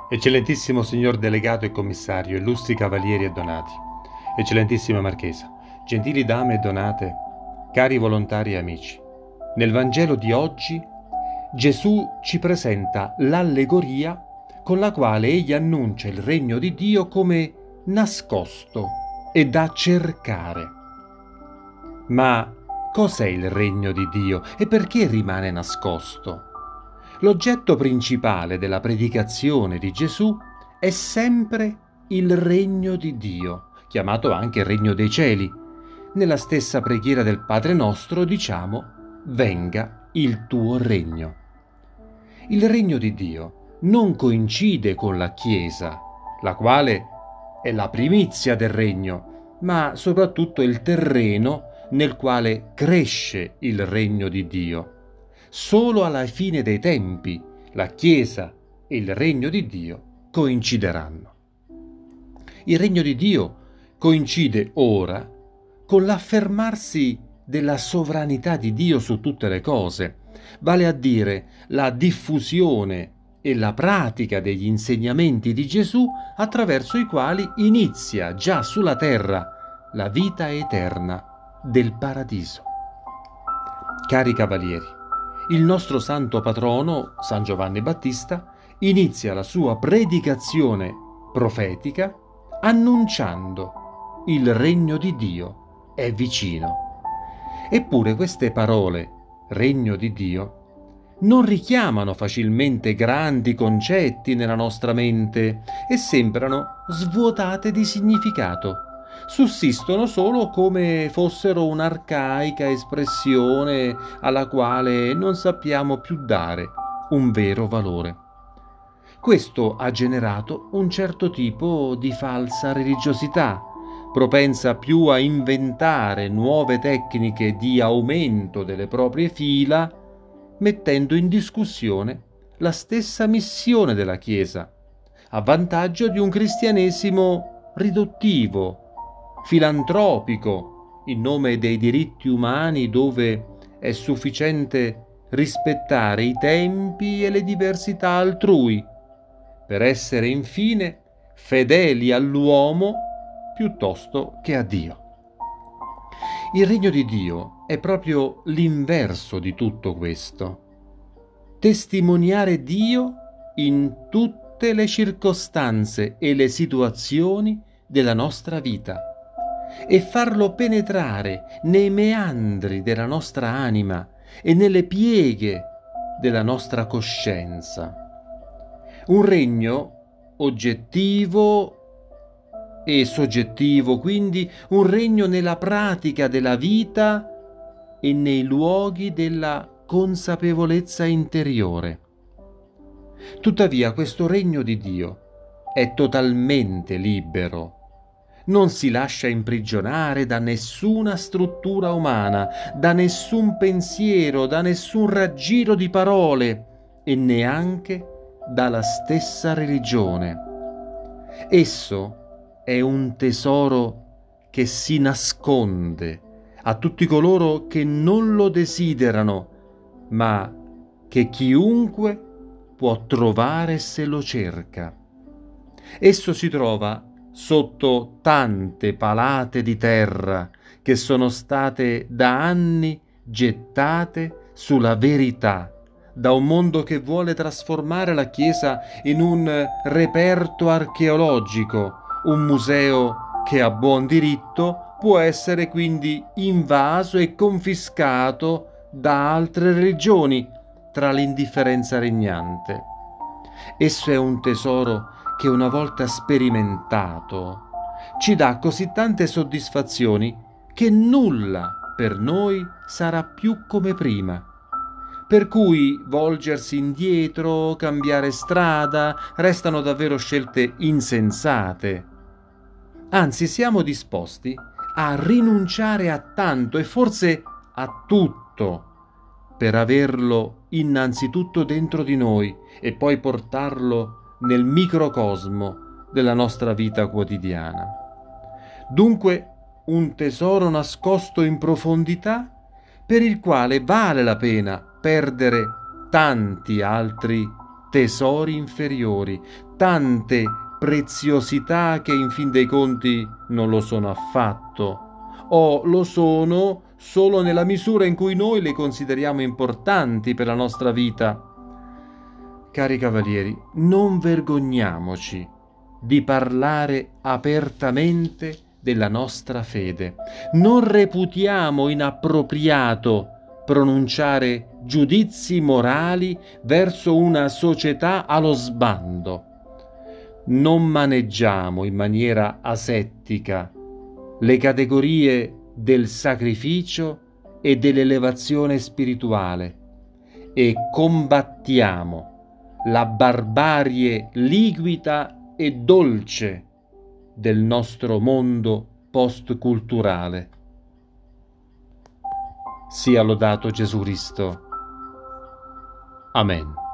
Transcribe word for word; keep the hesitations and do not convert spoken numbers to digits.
Eccellentissimo signor delegato e commissario, illustri cavalieri e donati, eccellentissima marchesa, gentili dame e donate, cari volontari e amici, nel Vangelo di oggi Gesù ci presenta l'allegoria con la quale egli annuncia il regno di Dio come nascosto e da cercare. Ma cos'è il regno di Dio e perché rimane nascosto? L'oggetto principale della predicazione di Gesù è sempre il regno di Dio, chiamato anche regno dei cieli. Nella stessa preghiera del Padre nostro diciamo: venga il tuo regno. Il regno di Dio non coincide con la Chiesa, la quale è la primizia del regno, ma soprattutto il terreno nel quale cresce il regno di Dio. Solo alla fine dei tempi la Chiesa e il regno di Dio coincideranno. Il regno di Dio coincide ora con l'affermarsi della sovranità di Dio su tutte le cose, vale a dire la diffusione e la pratica degli insegnamenti di Gesù attraverso i quali inizia già sulla terra la vita eterna del paradiso. Cari cavalieri, il nostro santo patrono, San Giovanni Battista, inizia la sua predicazione profetica annunciando: il regno di Dio è vicino. Eppure queste parole, regno di Dio, non richiamano facilmente grandi concetti nella nostra mente e sembrano svuotate di significato. Sussistono solo come fossero un'arcaica espressione alla quale non sappiamo più dare un vero valore. Questo ha generato un certo tipo di falsa religiosità, propensa più a inventare nuove tecniche di aumento delle proprie fila, mettendo in discussione la stessa missione della Chiesa, a vantaggio di un cristianesimo riduttivo, filantropico, in nome dei diritti umani, dove è sufficiente rispettare i tempi e le diversità altrui, per essere infine fedeli all'uomo piuttosto che a Dio. Il regno di Dio è proprio l'inverso di tutto questo. Testimoniare Dio in tutte le circostanze e le situazioni della nostra vita e farlo penetrare nei meandri della nostra anima e nelle pieghe della nostra coscienza. Un regno oggettivo e soggettivo, quindi un regno nella pratica della vita e nei luoghi della consapevolezza interiore. Tuttavia questo regno di Dio è totalmente libero. Non si lascia imprigionare da nessuna struttura umana, da nessun pensiero, da nessun raggiro di parole e neanche dalla stessa religione. Esso è un tesoro che si nasconde a tutti coloro che non lo desiderano, ma che chiunque può trovare se lo cerca. Esso si trova sotto tante palate di terra che sono state da anni gettate sulla verità, da un mondo che vuole trasformare la Chiesa in un reperto archeologico, un museo che a buon diritto può essere quindi invaso e confiscato da altre religioni tra l'indifferenza regnante. Esso è un tesoro che una volta sperimentato ci dà così tante soddisfazioni che nulla per noi sarà più come prima. Per cui volgersi indietro, cambiare strada, restano davvero scelte insensate. Anzi, siamo disposti a rinunciare a tanto e forse a tutto per averlo innanzitutto dentro di noi e poi portarlo nel microcosmo della nostra vita quotidiana. Dunque, un tesoro nascosto in profondità per il quale vale la pena perdere tanti altri tesori inferiori, tante preziosità che in fin dei conti non lo sono affatto, o lo sono solo nella misura in cui noi le consideriamo importanti per la nostra vita. Cari cavalieri, non vergogniamoci di parlare apertamente della nostra fede. Non reputiamo inappropriato pronunciare giudizi morali verso una società allo sbando. Non maneggiamo in maniera asettica le categorie del sacrificio e dell'elevazione spirituale e combattiamo la barbarie liquida e dolce del nostro mondo post-culturale. Sia lodato Gesù Cristo. Amen.